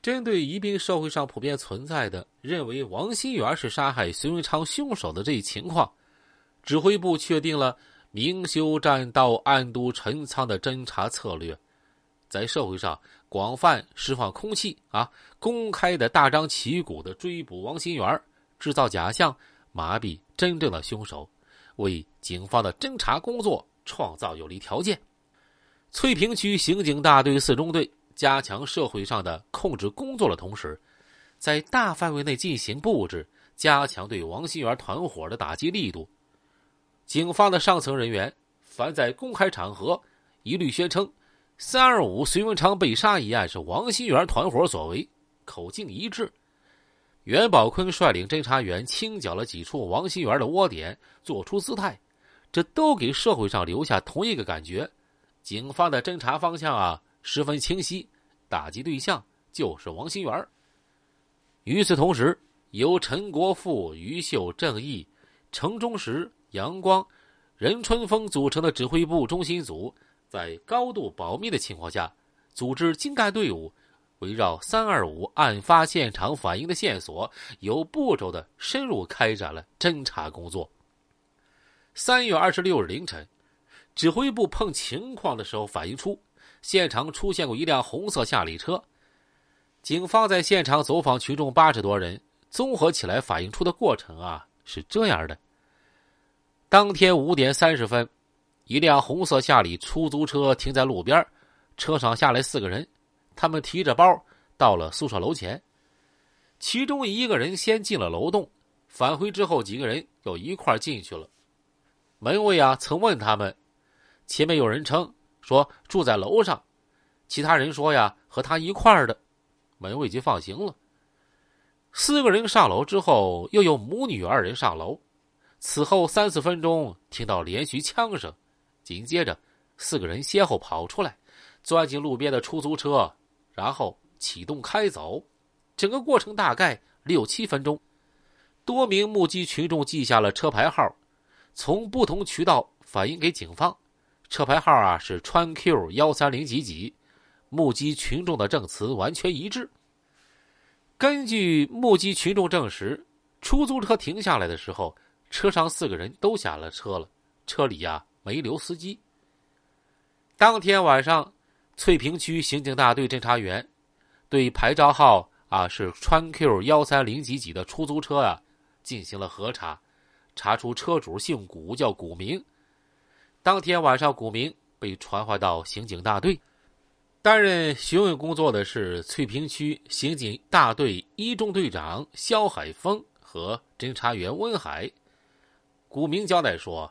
针对宜宾社会上普遍存在的认为王新元是杀害隋文昌凶手的这一情况，指挥部确定了明修栈道、暗度陈仓的侦查策略，在社会上广泛释放空气公开的大张旗鼓的追捕王新元，制造假象，麻痹真正的凶手，为警方的侦查工作创造有利条件。翠屏区刑警大队4中队加强社会上的控制工作的同时，在大范围内进行布置，加强对王新元团伙的打击力度。警方的上层人员凡在公开场合一律宣称325隋文昌被杀一案是王新元团伙所为，口径一致。袁宝坤率领侦查员清剿了几处王新元的窝点，做出姿态，这都给社会上留下同一个感觉：警方的侦查方向十分清晰，打击对象就是王新元。与此同时，由陈国富、于秀、郑义、程忠实、杨光、任春风组成的指挥部中心组，在高度保密的情况下，组织精干队伍，围绕325案发现场反映的线索，有步骤地深入开展了侦查工作。3月26日凌晨，指挥部碰情况的时候反映出现场出现过一辆红色夏利车。警方在现场走访群众80多人，综合起来反映出的过程是这样的：当天5点30分，一辆红色夏利出租车停在路边，车上下来4个人，他们提着包到了宿舍楼前。其中一个人先进了楼栋，返回之后几个人又一块进去了。门卫曾问他们，前面有人称说住在楼上，其他人说和他一块的，门卫就放行了。4个人上楼之后，又有母女2人上楼。此后3-4分钟，听到连续枪声，紧接着4个人先后跑出来，钻进路边的出租车，然后启动开走。整个过程大概6-7分钟。多名目击群众记下了车牌号，从不同渠道反映给警方。车牌号是川 Q 130几几，目击群众的证词完全一致。根据目击群众证实，出租车停下来的时候，车上4个人都下了车了，车里没留司机。当天晚上，翠屏区刑警大队侦查员对牌照号是川 Q 130几几的出租车进行了核查，查出车主姓古，叫古明。当天晚上，古明被传唤到刑警大队，担任询问工作的是翠屏区刑警大队1中队长肖海峰和侦查员温海。古明交代说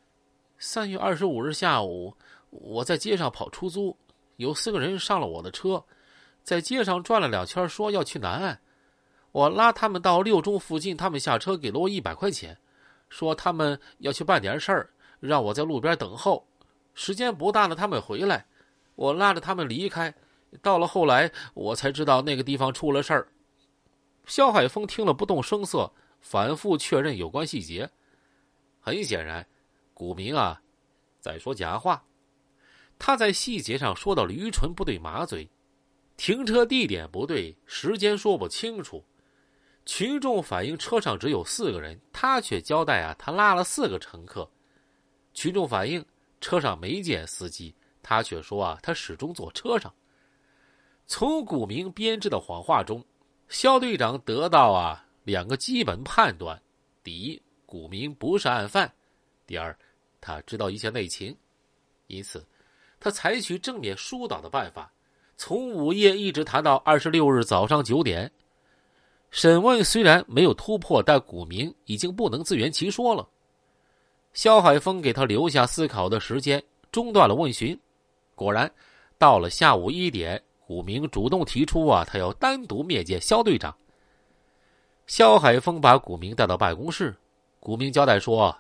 ，3月25日下午，我在街上跑出租，有4个人上了我的车，在街上转了2圈，说要去南岸。我拉他们到6中附近，他们下车给了我100块钱，说他们要去办点事儿，让我在路边等候。时间不大了，他们回来，我拉着他们离开。到了后来，我才知道那个地方出了事儿。肖海峰听了不动声色，反复确认有关细节。很显然，古明在说假话。他在细节上说到驴唇不对马嘴，停车地点不对，时间说不清楚。群众反映车上只有4个人，他却交代他拉了4个乘客。群众反映车上没见司机，他却说他始终坐车上。从古明编织的谎话中，肖队长得到2个基本判断：第一，古明不是案犯；第二，他知道一些内情。因此，他采取正面疏导的办法，从午夜一直谈到26日早上9点。审问虽然没有突破，但古明已经不能自圆其说了。肖海峰给他留下思考的时间，中断了问询。果然，到了下午1点，古明主动提出他要单独面见肖队长。肖海峰把古明带到办公室，古明交代说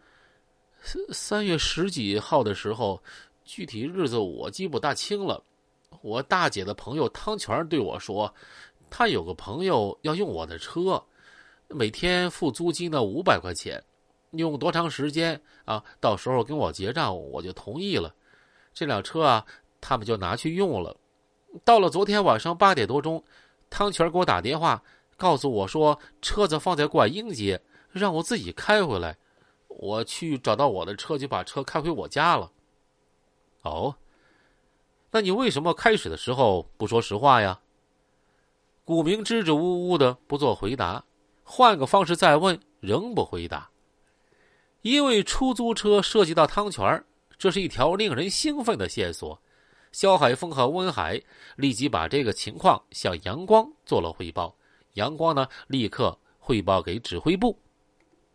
，3月10几号的时候，具体日子我记不大清了。我大姐的朋友汤泉对我说，他有个朋友要用我的车，每天付租金的500块钱，用多长时间到时候跟我结账，我就同意了。这辆车他们就拿去用了。到了昨天晚上8点多钟， 汤泉给我打电话，告诉我说车子放在观音街，让我自己开回来。我去找到我的车，就把车开回我家了。哦，那你为什么开始的时候不说实话呀？古明支支吾吾的不做回答，换个方式再问，仍不回答。因为出租车涉及到汤泉，这是一条令人兴奋的线索。肖海峰和温海立即把这个情况向阳光做了汇报，阳光呢立刻汇报给指挥部。